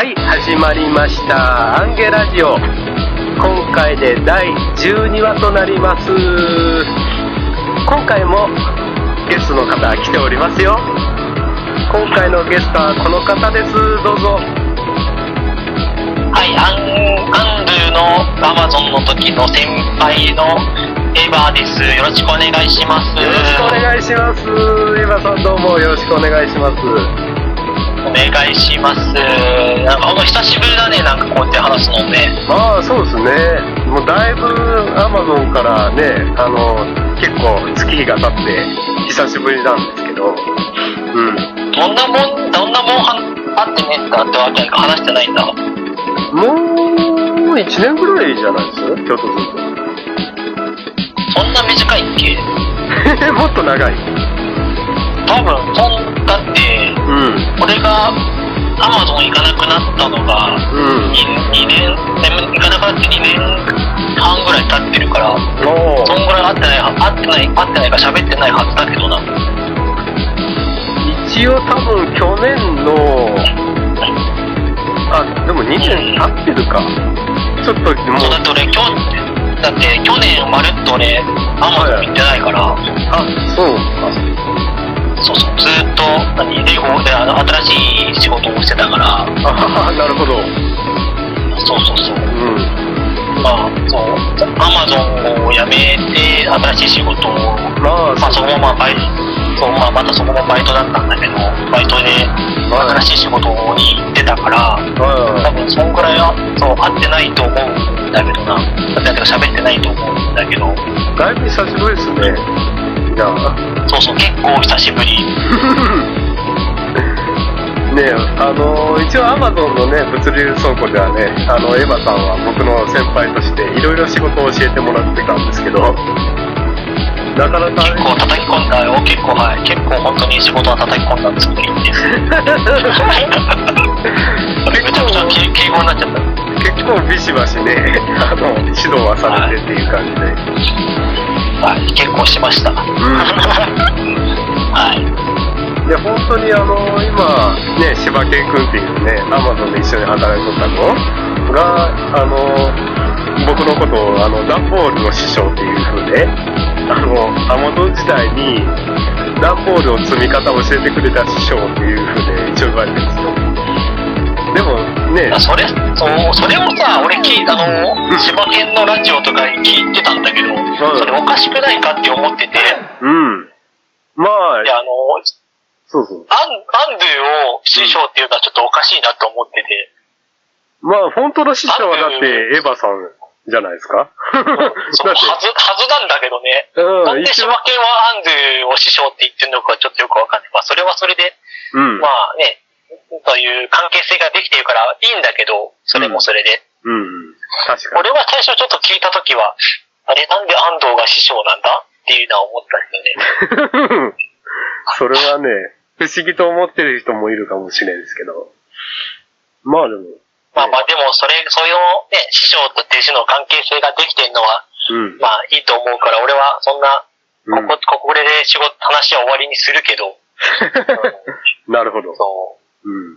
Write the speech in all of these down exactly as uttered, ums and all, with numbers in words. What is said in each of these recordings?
はい始まりましたアンゲラジオ。今回でだいじゅうにわとなります。今回もゲストの方来ておりますよ。今回のゲストはこの方です。どうぞ。 はい、アン、アンドゥのアマゾンの時の先輩のエヴァです。よろしくお願いします。 よろしくお願いします。エヴァさんどうもよろしくお願いします。 お願いします。なんかほんと久しぶりだね、なんかこうやって話すのね。 まあそうですね。もうだいぶアマゾンからね、あの結構月日が経って久しぶりなんですけど、うん。 どんなもん、どんなもんはあってねえかってわけか話してないんだ。 もういちねんぐらいじゃないです？京都ずっと。 そんな短いっけ？ もっと長い。 多分そんだって、うん、俺がアマゾン行かなくなったのが、うん、にねん行かなくなってにねんはんぐらい経ってるから、そんぐらい会ってない会ってない会ってないか喋ってないはずだけどな。 一応多分去年のあでもにねん経ってるか。ちょっともうそうだって俺今日だって去年まるっと俺アマゾン行ってないから、はい、 あそうか。 そうそう、ずーっと何レゴであの新しい仕事をしてたから。 ああ、なるほど。 そうそうそう。うん。まあそう、アマゾンを辞めて新しい仕事を、まあ、まあ、そのままバイト、そうまあまたそこもバイトだったんだけど、バイトで新しい仕事に行ってたから、多分そんくらいはそう会ってないと思うんだけどな。だって喋ってないと思うんだけど。 だいぶ久しぶりですね。 そうそう、結構久しぶり。 ねえ、あの一応アマゾンのね物流倉庫ではね、あのエヴァさんは僕の先輩としていろいろ仕事を教えてもらってたんですけど、なかなか、 ね、結構叩き込んだよ。結構はい、結構本当に仕事は叩き込んだつもりです。めちゃくちゃ敬語になっちゃった。 結構ビシバシね、あの指導はされてっていう感じで。 はい、はい、結構しました。うん、はい。 いや本当にあの今ね柴犬くんっていうねアマゾンで一緒に働いとったのがあの僕のことをあの段ボールの師匠っていう風で、あのアマゾン時代に段ボールを積み方を教えてくれた師匠っていう風で一応言われてるんですよ。でもね、 それそうそれもさ俺聞いたの、うん、柴犬のラジオとか聞いてたんだけど、うん、それおかしくないかって思ってて、 うん、まあいやあのそうそう。 アン、アンドゥを師匠っていうのはちょっとおかしいなと思ってて。 まあ、本当の師匠はだってエヴァさんじゃないですか。 そう、はず、はずなんだけどね。うん、なんで柴犬はアンドゥを師匠って言ってるのかちょっとよくわかんない。まあ、それはそれで、うん、まあね、という関係性ができてるからいいんだけど、それもそれで。うん、うん、確かに。俺は最初ちょっと聞いたときは、あれなんで安藤が師匠なんだっていうのは思ったんだよね。 それはね、不思議と思ってる人もいるかもしれないですけど。まあでも。ね、 まあまあでも、それ、そういうね、師匠と弟子の関係性ができてるのは、うん、まあいいと思うから、俺はそんな、ここ、うん、ここで仕事、話は終わりにするけど。 うん、なるほど。 そう。 うん。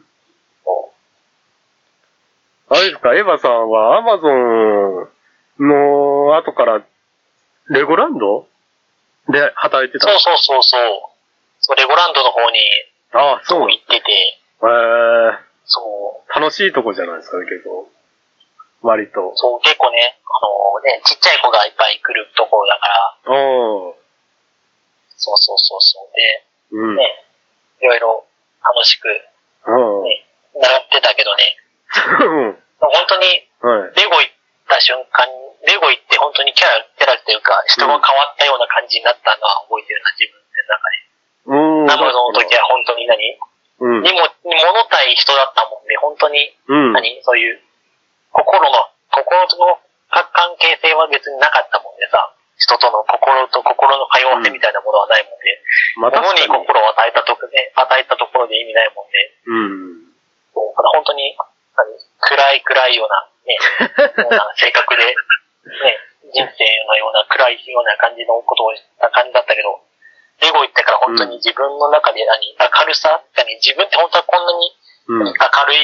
あれですか、エヴァさんはアマゾンの後からレゴランドで働いてた？ そうそうそうそう。そうレゴランドの方に、 ああ、そう。 行ってて。 へえー。 そう。 楽しいとこじゃないですかね、結構。割と。 そう、結構ね、あのね、ちっちゃい子がいっぱい来るところだから。 おー。 そうそうそうそう。で、うん、ね、いろいろ楽しく、ね、習ってたけどね。本当に、レゴ行った瞬間に、レゴ行って本当にキャラ、キャラっていうか、人が変わったような感じになったのは覚えてるな、自分の中で。アマゾンの時は本当に何、うん、にも、物対人だったもんね、本当に、うん、何そういう、心の、心の関係性は別になかったもんでさ、人との心と心の通わせみたいなものはないもんで、うんまあ、物に心を与えたとこね、与えたところで意味ないもんで、うん、そうだから本当に、暗い暗いような、ね、ような性格で、ね、人生のような暗いような感じのことをした感じだったけど、レゴ行ってから本当に自分の中で何、明るさ、何自分って本当はこんなに明るい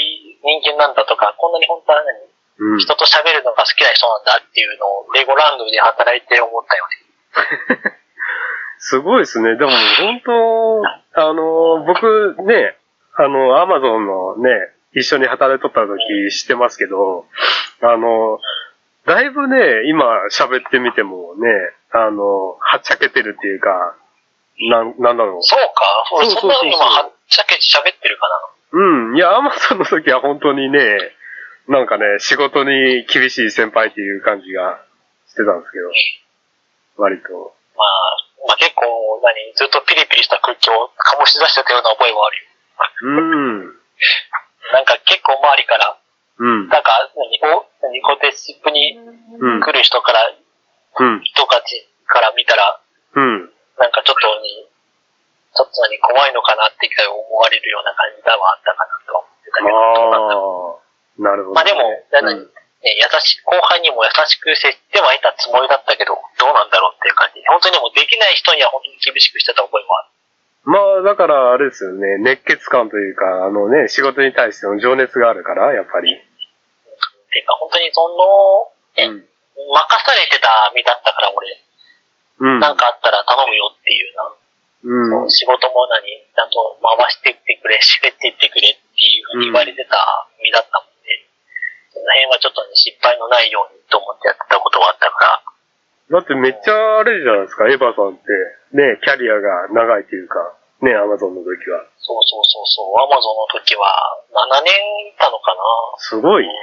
人間なんだとか、こんなに本当は何、うん、人と喋るのが好きな人なんだっていうのをレゴランドで働いて思ったよね。 すごいですね。でも本当、あの、僕ね、あの、アマゾンのね、一緒に働いとった時知ってますけど、あの、だいぶね、今喋ってみてもね、あの、はっちゃけてるっていうか、なん、なんだろう。 そうか俺そんなに今はっちゃけて喋ってるかな。うん。いや、アマゾンの時は本当にね、なんかね、仕事に厳しい先輩っていう感じがしてたんですけど、割と。 まあ、まあ結構、何、ずっとピリピリした空気を醸し出してたような覚えはあるよ。うん。なんか結構周りから、うん。なんか、何、お、何、コテシップに来る人から、うん。人たちから見たら、うん。なんかちょっとに、ちょっと何、怖いのかなって思われるような感じではあったかなと思ってたけど、 ああ、なるほど、ね。 まあでも、何、うんね、優しい、後輩にも優しく接してはいたつもりだったけど、どうなんだろうっていう感じ。本当にもうできない人には本当に厳しくしてた覚えもある。 まあ、だから、あれですよね、熱血感というか、あのね、仕事に対しての情熱があるから、やっぱり。 ていうか、本当にその、ね、うん、任されてた身だったから、俺。うん。なんかあったら頼むよっていうな。うん。仕事も何、ちゃんと回していってくれ、締めていってくれっていうふうに言われてた身だったもん。その辺はちょっと、ね、失敗のないようにと思ってやってたことがあったから。 だってめっちゃあれじゃないですか、エヴァさんって。ね、キャリアが長いというか、ね、アマゾンの時は。 そうそうそうそう、アマゾンの時はななねんいたのかな。 すごい。うん、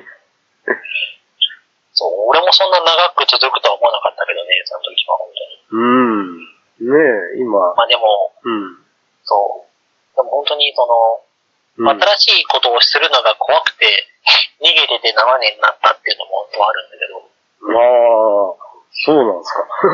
そう、俺もそんな長く続くとは思わなかったけどね、その時は本当に。うん。ねえ、今。 まあでも、うん。そう。でも本当にその、うん、新しいことをするのが怖くて、逃げててななねんになったっていうのも本当はあるんだけど。 ああ、そうなんですか。うん。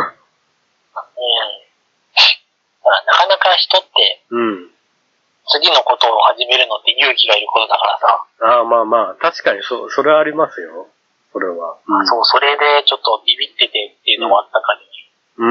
だからなかなか人って、うん。次のことを始めるのって勇気がいることだからさ。 ああ、まあまあ、確かにそう、それはありますよ。それは。 うん、そう、それでちょっとビビっててっていうのもあった感じ。 うん。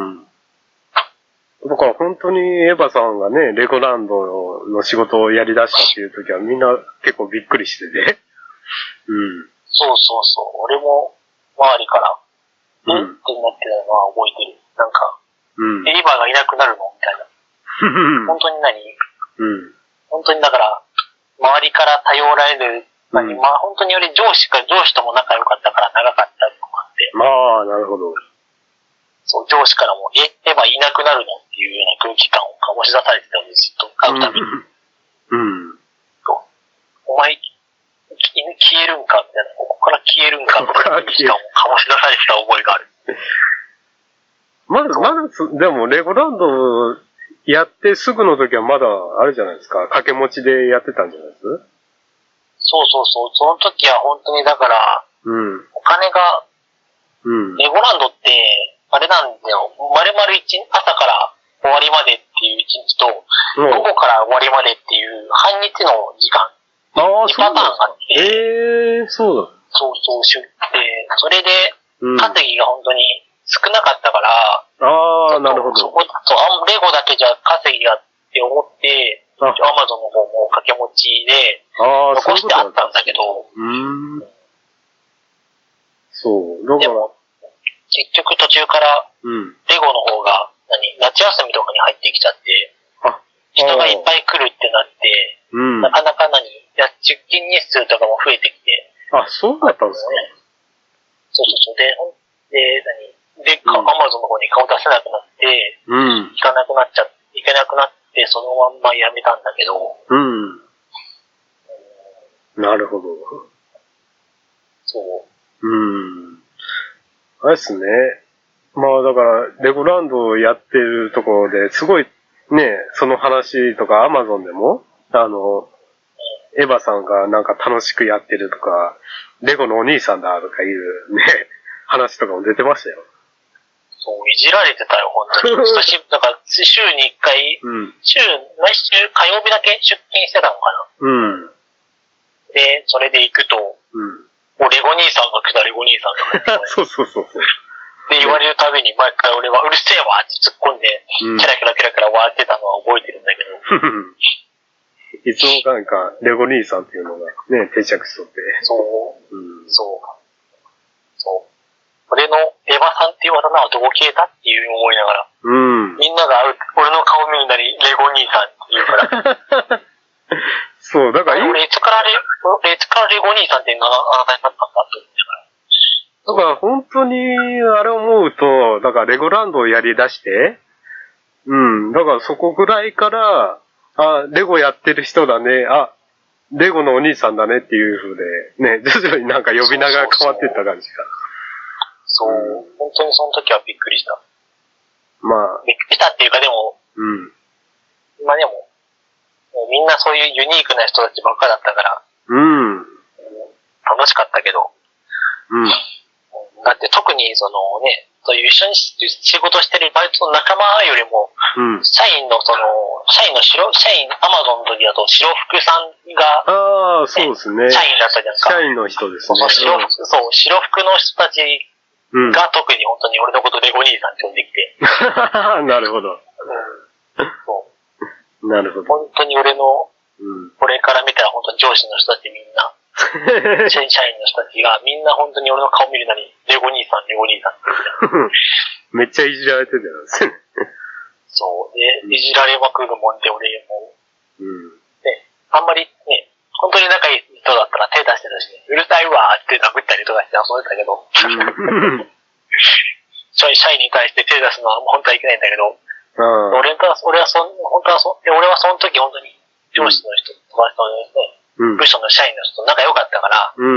うんだから本当にエヴァさんがね、レゴランドの仕事をやり出したっていう時はみんな結構びっくりしてて。 うん。そうそうそう。俺も周りから、うん、ってなってたのは覚えてる。なんか、うん、エヴァがいなくなるのみたいな。本当に何うん。本当にだから、周りから頼られる、何、うん、まあ本当により上司か上司とも仲良かったから長かったりとかあって。 まあ、なるほど。 そう、上司からも、え、エヴァいなくなるのっていうような空気感を醸し出されてたので、ずっと会うたびに。うん。うん、お前、消えるんかみたいな、ここから消えるんかみたいな空気感を醸し出されてた覚えがある。 まだ、まだ、でも、レゴランドやってすぐの時はまだ、あれじゃないですか、掛け持ちでやってたんじゃないですそうそうそう、その時は本当にだから、うん、お金が、うん、レゴランドって、あれなんだよ、丸々一朝から終わりまでっていう一日と、うん、午後から終わりまでっていう半日の時間、 あにパターンあって、 えー、そうだ。 そうそう、出て、それで、稼ぎが本当に少なかったから、 ああ、なるほど。 そこ、そう、レゴだけじゃ稼ぎがって思って、アマゾンの方も掛け持ちで、残してあったんだけど、 うーん。そう、 でも、結局途中から、レゴの方が、何、夏休みとかに入ってきちゃって、人がいっぱい来るってなって、うん、なかなか何、出勤日数とかも増えてきて。 あ、そうだったんですか、ね、 そうそうそう。で、で、何、で、アマゾンの方に顔出せなくなって、うん、行かなくなっちゃって、行けなくなって、そのまんま辞めたんだけど。 うん。うん、なるほど。 そう。 うん。あれですね。まあだから、レゴランドをやってるところですごいね、その話とかアマゾンでも、あの、エヴァさんがなんか楽しくやってるとか、レゴのお兄さんだとかいうね、話とかも出てましたよ。 そう、いじられてたよ、本当に。久しぶり、だから週にいっかい、うん、週、毎週火曜日だけ出勤してたのかな。うん。で、それで行くと、うん、もうレゴ兄さんが来たレゴ兄さんとか、ね。 そうそうそうそう。 で、言われるたびに毎回俺はうるせえわって突っ込んで、うん、キャラキャラキャラキャラ笑ってたのは覚えてるんだけど。 いつもなんか、レゴ兄さんっていうのがね、定着しとって。 そう。うん、そう。そう。俺のエヴァさんっていう技はどこ消えたっていう思いながら。うん。みんなが俺の顔見るなり、レゴ兄さんって言うから。 そう、だから俺、いつからレ、俺、いつからレゴ兄さんっていうのがあなたになったんだって思ってから。 だから本当に、あれ思うと、だからレゴランドをやり出して、うん、だからそこぐらいから、あ、レゴやってる人だね、あ、レゴのお兄さんだねっていう風で、ね、徐々になんか呼び名が変わっていった感じが。 そう、うん、本当にその時はびっくりした。 まあ。 びっくりしたっていうかでも、うん。まあでも、みんなそういうユニークな人たちばっかだったから、うん。楽しかったけど、うん。だって特にそのね、そういう一緒に仕事してるバイトの仲間よりも、うん、社員のその、社員の白、社員、アマゾンの時だと白服さんが、ね、 ああ、そうですね。 社員だったじゃないですか。 社員の人ですね。 そう、白服、そう、白服の人たちが特に本当に俺のことレゴ兄さんって呼んできて。 なるほど。 うん、そう。 なるほど。 本当に俺の、うん、俺から見たら本当に上司の人たちみんな、社員の人たちがみんな本当に俺の顔見るなり、レゴ兄さん、レゴ兄さんって。 めっちゃいじられてたよね。 そう。で、いじられまくるもんで俺も、うん、ね、あんまりね、本当に仲いい人だったら手出してたしね、うるさいわーって殴ったりとかして遊んでたけど、そういう社員に対して手出すのは本当はいけないんだけど、うん、俺は、俺はそ、本当はそ、俺はその時本当に上司の人、友達のですね、うん、部署の社員の人と仲良かったから、うん、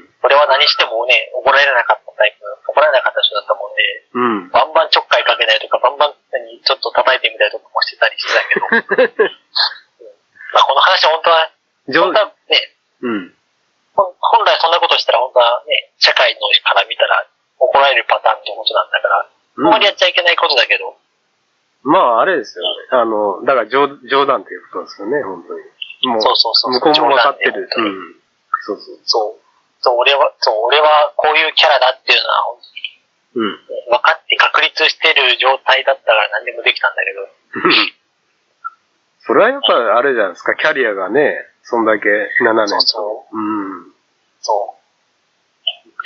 俺は何してもね、怒られなかったタイプ、怒られなかった人だったもんで、うん、バンバンちょっかいかけたりとか、バンバンにちょっと叩いてみたりとかもしてたりしてたけど、まあこの話は本当は、本当はね、うん、本来そんなことしたら本当はね、社会のから見たら怒られるパターンってことなんだから、あんまりやっちゃいけないことだけど、 まあ、あれですよね。あの、だから冗冗談っていうことですよね、本当に。もう、そうそうそう。向こうも分かってる。うん。そうそう。 そう。そう、俺は、そう、俺はこういうキャラだっていうのは、本当に、うん。分かって確立してる状態だったから何でもできたんだけど。 それはやっぱあれじゃないですか、キャリアがね、そんだけななねんと。そうそう。うん。 そう。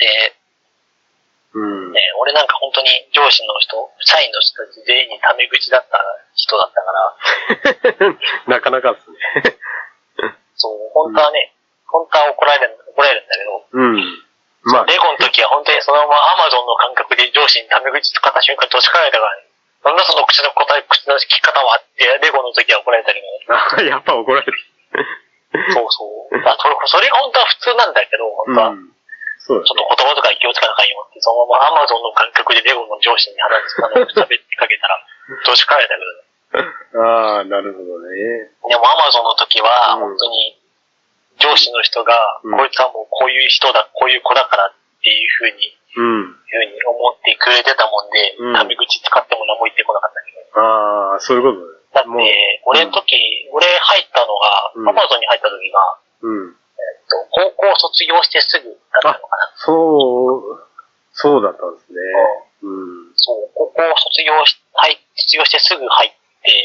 で、うん、ね、俺なんか本当に上司の人、社員の人たち全員にタメ口だった人だったから。 なかなかですね。 そう、本当はね、うん、本当は怒られる、怒られるんだけど、うん。まあ、レゴの時は本当にそのままアマゾンの感覚で上司にタメ口使った瞬間にどしかられたからね。なんだその口の答え、口の聞き方はって、レゴの時は怒られたけど。やっぱ怒られる。 そうそう。あそれ、それが本当は普通なんだけど、本当は。うんそうちょっと言葉とか気をつかなきゃいけないって、そのままアマゾンの感覚でレゴの上司に話す、あの、喋ってかけたら、どうしかられたけどね。ああ、なるほどね。 でもアマゾンの時は、本当に、上司の人が、うん、こいつはもうこういう人だ、こういう子だからっていうふうに、うん、ふうに思ってくれてたもんで、うん、タメ口使っても何も言ってこなかったけど。 ああ、そういうことだ。だって、俺の時、うん、俺入ったのが、アマゾンに入った時が、うん高校卒業してすぐだったのかな。 そう、そうだったんですね。 うん。そう、高校卒業し、はい、卒業してすぐ入って、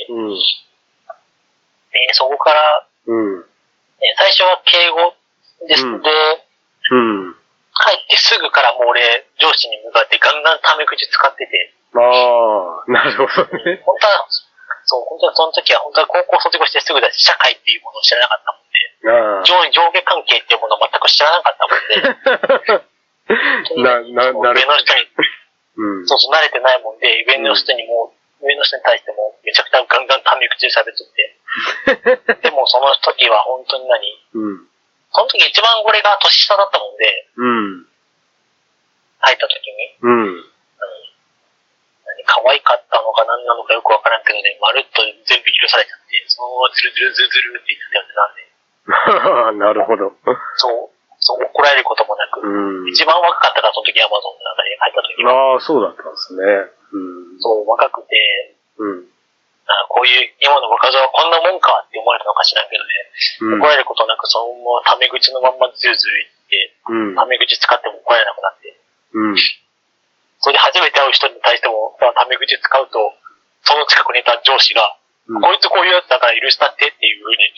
うん。で、そこから、うん。ね、最初は敬語です、うん、で、うん。入ってすぐからもう俺、上司に向かってガンガンタメ口使ってて。 ああ、なるほどね。 本当は、そう、本当はその時は本当は高校卒業してすぐだし、社会っていうものを知らなかったもんで、上, 上下関係っていうものを全く知らなかったもんで、な、な、なる上の人に、うん、そうそう、慣れてないもんで、上の人にも、うん、上の人に対しても、めちゃくちゃガンガンタメ口で喋っとって、でもその時は本当に何、うん、その時一番俺が年下だったもんで、うん、入った時に、うん、可愛かったのか何なのかよくわからんけどね、まるっと全部許されちゃって、そのままズルズルズルズルって言ってたよね、なんで。 なるほど。 そう、そう怒られることもなく、うん、一番若かったからその時アマゾンの中に入った時は。 ああ、そうだったんですね。 うん、そう、若くて、うん、あこういう今の若造はこんなもんかって思われたのか知らんけどね、うん、怒られることなくそのままタメ口のまんまズルズル言って、うん、タメ口使っても怒られなくなって。うんそれで初めて会う人に対しても、タメ口使うと、その近くにいた上司が、うん、こいつこういうやつだから許したってっていう風に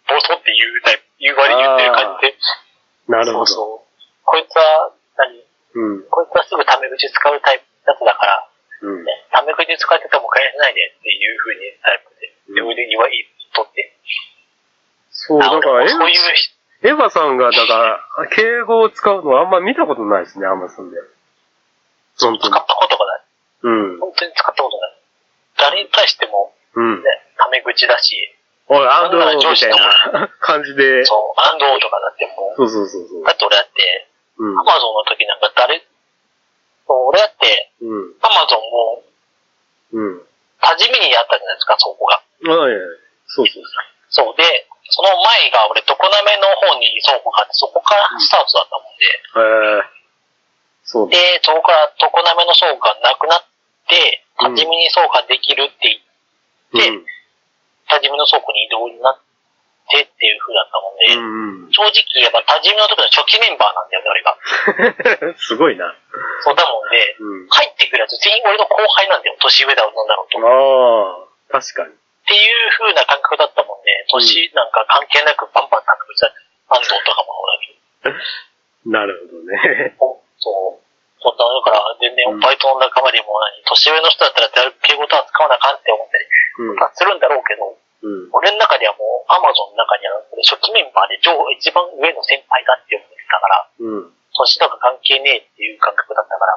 ボソって言うタイプ、言う割に言ってる感じで。 なるほど。 そうそう。こいつは何、 うん、 こいつはすぐタメ口使うタイプやつだから、うん、ね、タメ口使ってても返せないでっていう風にタイプで、うん、で言わ言っとって。 そう、だからエヴァ、エヴァさんが、だから、敬語を使うのはあんま見たことないですね、アマゾンで。 使ったことがない。うん。本当に使ったことない。誰に対しても、ね、うん、タメ口だし、 おい、アンドーみたいな感じで。 そう、アンドーとかだってもう、 そうそうそうそう。 だって俺だって、うん、アマゾンの時なんか誰、俺だって、うん、アマゾンも、うん、多治見にあったじゃないですか、倉庫が。 はい、そうそうそう。そうで、その前が俺、常滑の方に倉庫があって、そこからスタートだったもんで。 へ、うん、えー、そうで、そこから常滑の倉庫がなくなって、多治見に倉庫ができるって言って、うん、多治見の倉庫に移動になってっていう風だったもんで、うんうん、正直言えば多治見の時の初期メンバーなんだよね、俺が。 すごいな。 そうだもんで、うん、入ってくるやつ全員俺の後輩なんだよ、年上だろうなんだろうと。 ああ、確かに。 っていう風な感覚だったもんで、年なんか関係なくバンバンタメ口だって、安藤とかもそうだけど。なるほどね。 そう。そうだから、全然バイトの仲間でも何、年上の人だったら敬語とは使わなあかんって思ったり、うん、するんだろうけど、うん、俺の中ではもう、アマゾンの中には、初期メンバーで上、一番上の先輩だって思ってたから、うん、年とか関係ねえっていう感覚だったから、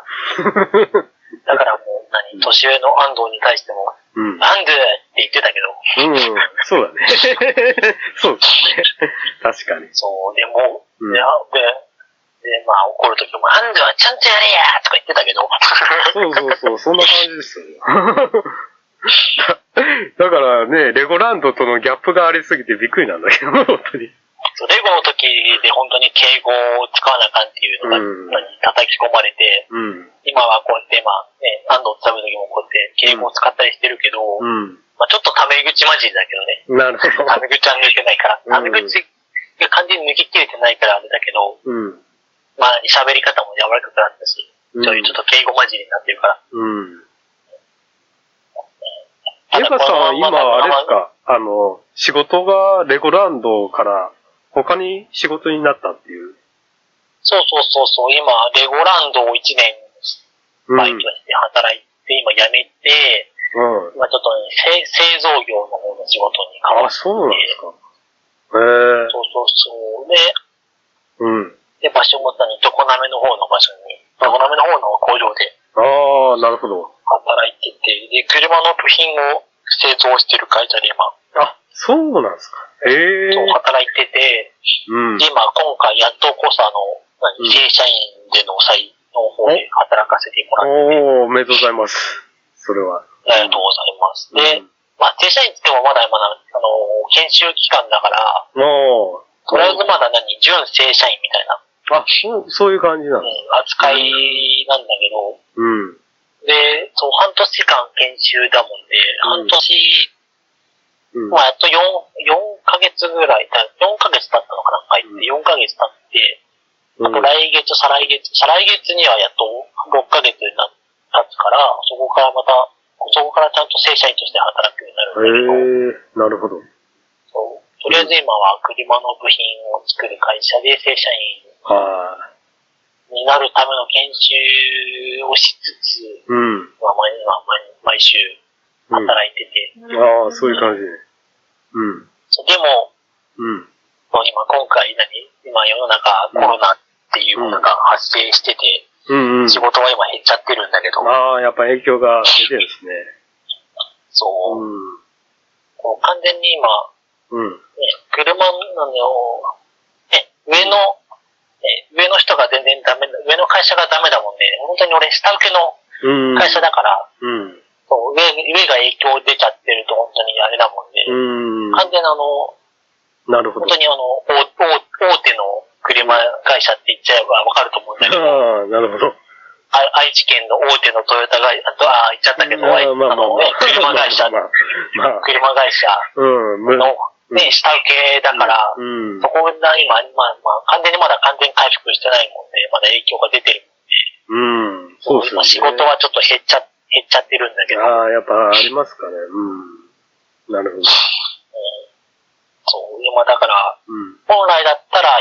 だからもう何、年上の安藤に対しても、うん、なんでって言ってたけど、 うん、そうだね。そうですね。確かに。 そう、でも、うん、で、で、まあ怒るときも、安藤はちゃんとやれやとか言ってたけど。 そうそうそう、そんな感じですよ。だからね、レゴランドとのギャップがありすぎてびっくりなんだけど、本当に。 レゴの時で本当に敬語を使わなあかんっていうのが、うん、叩き込まれて、うん、今はこうやって、まあね、安藤使う時もこうやって敬語を使ったりしてるけど、うん、まあちょっとタメ口混じりだけどね。 なるほど。 タメ口は抜けないから。タメ口が完全に抜き切れてないからあれだけど、うん、まあ喋り方も柔らかくなったし、そういうちょっと敬語混じりになってるから。うんエヴァさんは今、あれですか、あの、仕事がレゴランドから他に仕事になったっていう。 そうそうそうそう、今、レゴランドをいちねんバイトして働いて、今辞めて、うん、今ちょっとね、製造業の方の仕事に変わって。 あ、そうなんですか。へえ。そうそうそう。で、うん。で、場所もさに、常滑の方の場所に、常滑の方の工場で。 ああ、なるほど。 働いてて、で、車の部品を製造してる会社で今。 あ、そうなんですか。へえ。 そう、働いてて、うん。で、今、今回、やっとこそ、あの、何、正社員での際の方で働かせてもらって。 おー、おめでとうございます。それは。 ありがとうございます。で、うん、まあ、正社員って言ってもまだまだ、あの、研修期間だから、おー。とりあえずまだ何、準正社員みたいな。 あ、そう、そういう感じなんですか。うん、扱いなんだけど、うん。で、そう、半年間研修だもんで、うん、半年、うん、まあ、やっとよん、よんかげつぐらい、よんかげつ経ったのかな、入って、よんかげつ経って、あと来月、再来月、再来月にはやっとろっかげつにな経つから、そこからまた、そこからちゃんと正社員として働くようになるんだけど。 へー、なるほど。 そう。とりあえず今は車の部品を作る会社で正社員になるための研修をしつつ、うん、まあ毎毎週働いてて。 うん、ああ、そういう感じで。うん。 そうでも、うん、今今回何今世の中コロナっていうものが発生してて、うんうん、仕事は今減っちゃってるんだけど。 ああ、やっぱ影響が出てるんですね。 そう。うん、こう完全に今、うんね、車の、ね、上の、ね、上の人が全然ダメ、上の会社がダメだもんで、本当に俺下請けの会社だから、うんうん、そう上、上が影響出ちゃってると本当にあれだもんで、うん、完全なあの、 なるほど。 本当にあの、大、大手の車会社って言っちゃえばわかると思うんだけど、 ああ、なるほど。 愛知県の大手のトヨタ会社、ああ、言っちゃったけど、あまあまあまあ、車会社、まあまあ、車会社の、ね、下請けだから、うん、そこが今、まあまあ、完全にまだ完全回復してないもんで、まだ影響が出てるもんで、うん、そうですね。仕事はちょっと減っちゃ、減っちゃってるんだけど。 ああ、やっぱありますかね。うん。なるほど。うん、 そう、まあだか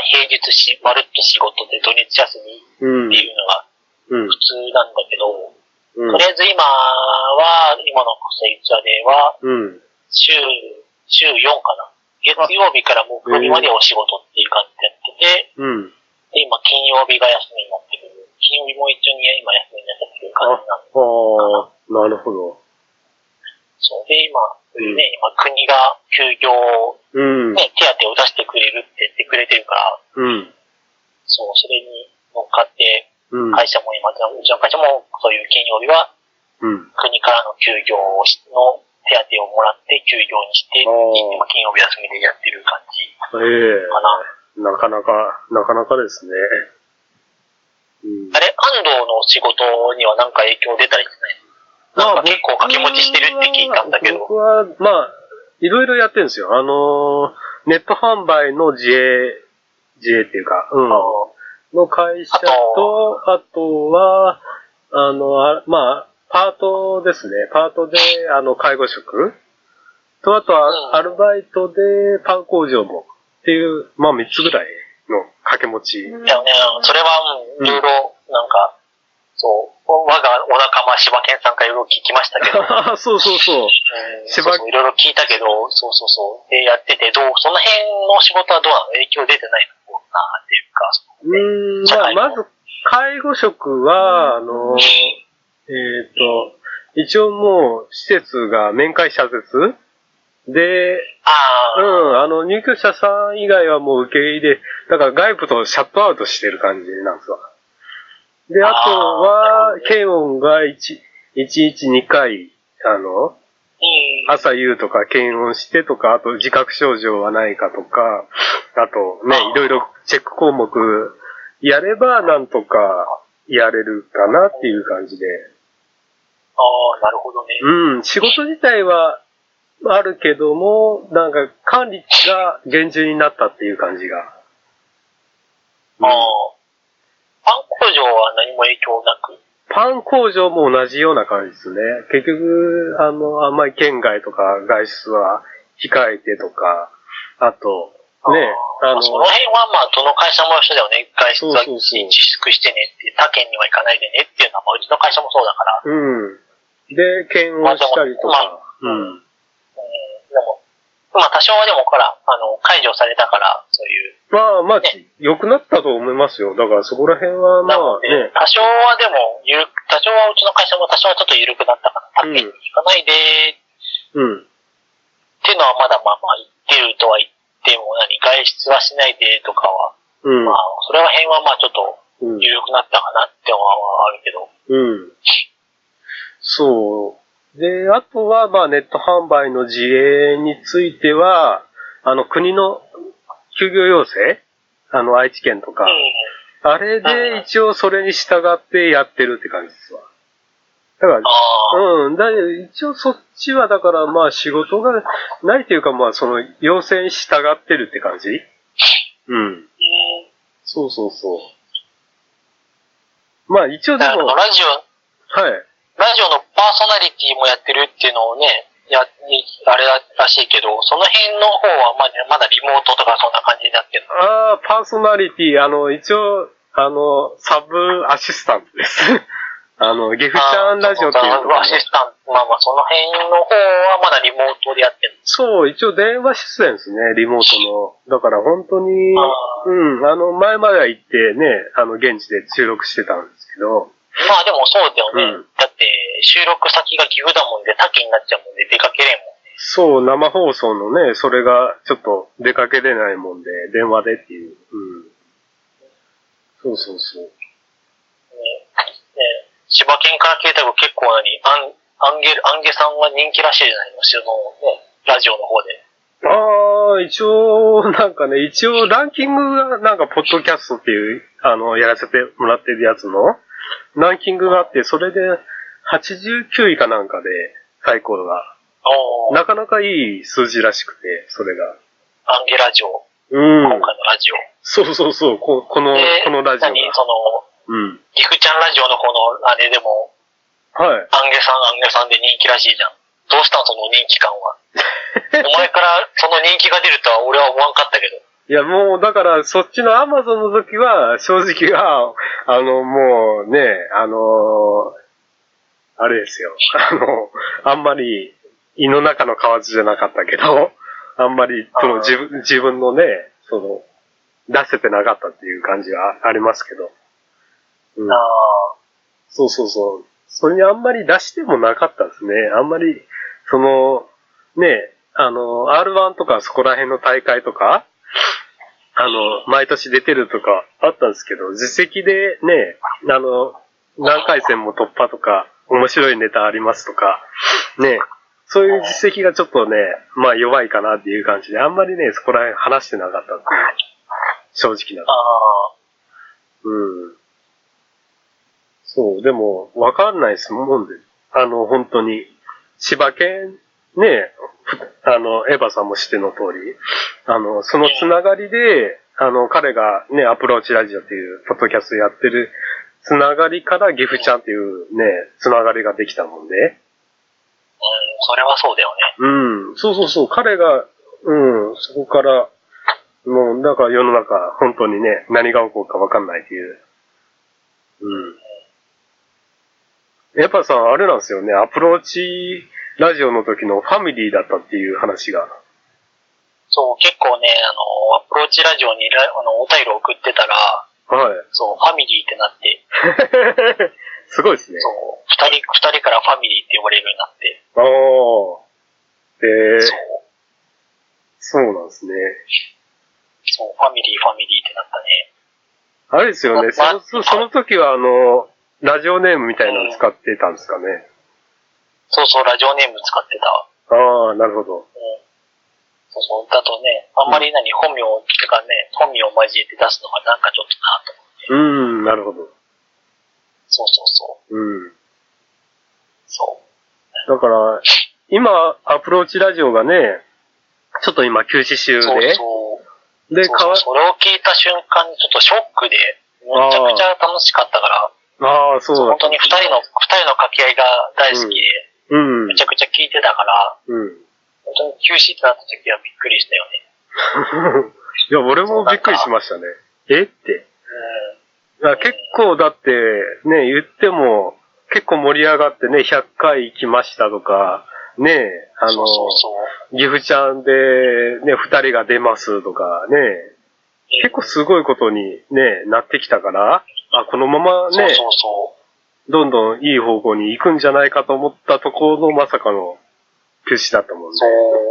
平日し、まるっと仕事で土日休みっていうのが普通なんだけど、うん、とりあえず今は、今のセイチャでは、週、週よんかな。月曜日から木曜日までお仕事っていう感じでやってて、うん、で、今金曜日が休みになってる。金曜日も一応に今休みになってる感じなんで。 ああ、なるほど。 そうで、今、うんね、今国が休業、うんね、手当を出してくれるって言ってくれてるから、うん、そう、それに乗っかって、うん、会社も今、うちの会社もそういう金曜日は、うん、国からの休業の手当をもらって休業にして、今金曜日休みでやってる感じかな。ええー、なかなか、なかなかですね。 うん、あれ、安藤の仕事には何か影響出たりしない？なんか結構掛け持ちしてるって聞いたんだけど。 僕は、まあ、いろいろやってるんですよ。あの、ネット販売の自営、自営っていうか、うん。の会社と、あとは、あの、あまあ、パートですね。パートで、あの、介護職と、あとは、アルバイトでパン工場もっていう、まあ、みっつぐらいの掛け持ち。いやね、それは、いろいろ、なんか、そう、我がお仲間柴犬さんからいろいろ聞きましたけど。 そうそうそう。 柴犬、いろいろ聞いたけど、そうそうそう。で、やってて、どう、その辺の仕事はどうなの？影響出てないのかなっていうか。 うーん、まあ、まず、介護職は、あの、えっと、一応もう、施設が面会謝絶で、あうん、あの、入居者さん以外はもう受け入れ、だから外部とシャットアウトしてる感じなんですわ。で、あとは、検温がいち、いちにちにかい、あの、朝夕とか検温してとか、あと自覚症状はないかとか、あとね、いろいろチェック項目やればなんとかやれるかなっていう感じで。 ああ、なるほどね。 うん、仕事自体はあるけども、なんか管理が厳重になったっていう感じが。 うん、ああ。パン工場は何も影響なく？ パン工場も同じような感じですね。結局、あの、あんまり県外とか外出は控えてとか、あと、ね、 あの、その辺はまあ、どの会社も一緒だよね。外出は自粛してねって、他県には行かないでねっていうのは、まあ、うちの会社もそうだから。 うん。で、検温したりとか。まあ、うん。うん。 でも、まあ多少はでもほら、あの、解除されたから、そういう。 まあまあ、ね、良くなったと思いますよ。だからそこら辺はまあね。 多少はでも、ゆる、多少はうちの会社も多少はちょっと緩くなったから、他県に行かないで、うん。っていうのはまだまあまあ言ってるとは言っても何、外出はしないでとかは、うん。まあ、それは辺はまあちょっと、緩くなったかなってのはあるけど。 うん。そう。で、あとは、まあ、ネット販売の自営については、あの、国の休業要請あの、愛知県とか、うん、あれで一応それに従ってやってるって感じですわ。だから、うん、だ一応そっちは、だから、まあ、仕事がないというか、まあ、その、要請に従ってるって感じうん。そうそうそう。まあ、一応でも、 ラジオ、はい。 ラジオのパーソナリティもやってるっていうのをね、や、あれらしいけど、その辺の方はまだ、まだリモートとかそんな感じになってるの？ ああ、パーソナリティ、あの、一応、あの、サブアシスタントです。あの、岐阜ちゃんラジオっていうところ、 ね。サブアシスタント、まあまあその辺の方はまだリモートでやってる。 そう、一応電話出演ですね、リモートの。だから本当に、うん、あの、前までは行ってね、あの、現地で収録してたんですけど、 まあでもそうだよね。うん、だって収録先が岐阜だもんで、他県になっちゃうもんで出かけれんもんね。 そう、生放送のね、それがちょっと出かけれないもんで、電話でっていう。うん。そうそうそう。ね、 ね、千葉県から聞いたら結構何、アン、アンゲ、アンゲさんは人気らしいじゃないの、そのね、ラジオの方で。 ああ、一応、なんかね、一応ランキングがなんか、ポッドキャストっていう、あの、やらせてもらってるやつの、ランキングがあって、それではちじゅうきゅういかなんかで、最高が。なかなかいい数字らしくて、それが。 アンゲラジオ。 うん。 今回のラジオ。 そうそうそう、こ, この、このラジオが。 何その、うん。岐阜ちゃんラジオのこの、あれでも、はい。アンゲさん、アンゲさんで人気らしいじゃん。どうしたのその人気感は。お前からその人気が出るとは俺は思わんかったけど。 いや、もう、だから、そっちのアマゾンの時は、正直は、あの、もうね、あの、あれですよ。あの、あんまり、胃の中の蛙じゃなかったけど、あんまり、その自分、自分のね、その、出せてなかったっていう感じはありますけど。うん。あそうそうそう。それにあんまり出してもなかったですね。あんまり、その、ね、あの、アールワン とかそこら辺の大会とか、あの、毎年出てるとかあったんですけど、実績でね、あの、何回戦も突破とか、面白いネタありますとか、ね、そういう実績がちょっとね、まあ弱いかなっていう感じで、あんまりね、そこら辺話してなかったっていう、正直な。うん。そう、でも、わかんないですもんで、あの、本当に、柴犬、ね、あの、エヴァさんも知っての通り、あの、そのつながりで、あの、彼がね、アプローチラジオっていうポッドキャストやってるつながりからギフちゃんっていうね、つながりができたもんで。うん、 それはそうだよね。 うん、そうそうそう、彼が、うん、そこから、もう、だから世の中、本当にね、何が起こるかわかんないっていう。うん。エヴァさん、あれなんですよね、アプローチラジオの時のファミリーだったっていう話が。 そう、結構ね、あの、アプローチラジオにあのお便り送ってたら、はい。そう、ファミリーってなって。 すごいですね。 そう、二人、二人からファミリーって呼ばれるようになって。 ああ。で、そう。そうなんですね。 そう、ファミリー、ファミリーってなったね。 あれですよね、ま、その、その時はあの、ラジオネームみたいなの使ってたんですかね。うん、 そうそう、ラジオネーム使ってた。ああ、なるほど。うん、 そうそう、だとね、あんまり何、本名ってかね、本名を交えて出すのがなんかちょっとなと思って。 うん、なるほど。 そうそうそう。うん。そう。 だから、今、アプローチラジオがね、ちょっと今休止中で。そうそう。で、そうそう、それを聞いた瞬間にちょっとショックで、めちゃくちゃ楽しかったから。ああ、そうだ、ね。本当に二人の、二人の掛け合いが大好きで、うん、うん、めちゃくちゃ聞いてたから、うん、本当に休止ってなった時はびっくりしたよね。 いや、俺もびっくりしましたね。えって。うん、いや結構だって、ね、言っても、結構盛り上がってね、ひゃっかい行きましたとか、ね、あの、そうそうそう、ギフちゃんで、ね、二人が出ますとかね、結構すごいことにね、なってきたから、あ、このままね、そうそうそう、どんどんいい方向に行くんじゃないかと思ったところのまさかの休止だったもんね。 そう。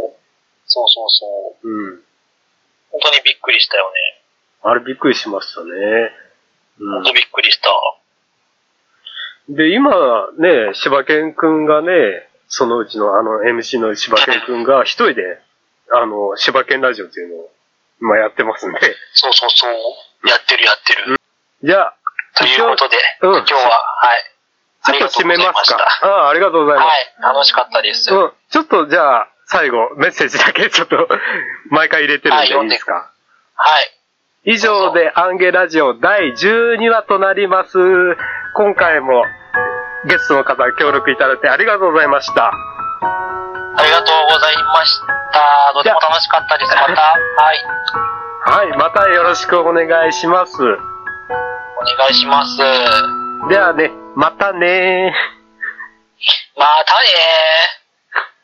そうそうそう。うん。本当にびっくりしたよね。 あれびっくりしましたね。 うん。本当びっくりした。 で、今ね、柴犬くんがね、そのうちのあの エムシー の柴犬くんが一人で、あの、柴犬ラジオっていうのを今やってますんで。 そうそうそう。やってるやってる。うん、 じゃあ、 ということで、うん、今日は、はい。 ちょっと締めますか。ああ、ありがとうございます。 はい、楽しかったです。 うん、ちょっとじゃあ、最後、メッセージだけちょっと、毎回入れてるんでいいですか。 はい。 以上でアンゲラジオだいじゅうにわとなります。今回もゲストの方協力いただいてありがとうございました。 ありがとうございました。とても楽しかったです。また、はい。 はい、またよろしくお願いします。お願いします。 ではね、またねー。 またねー。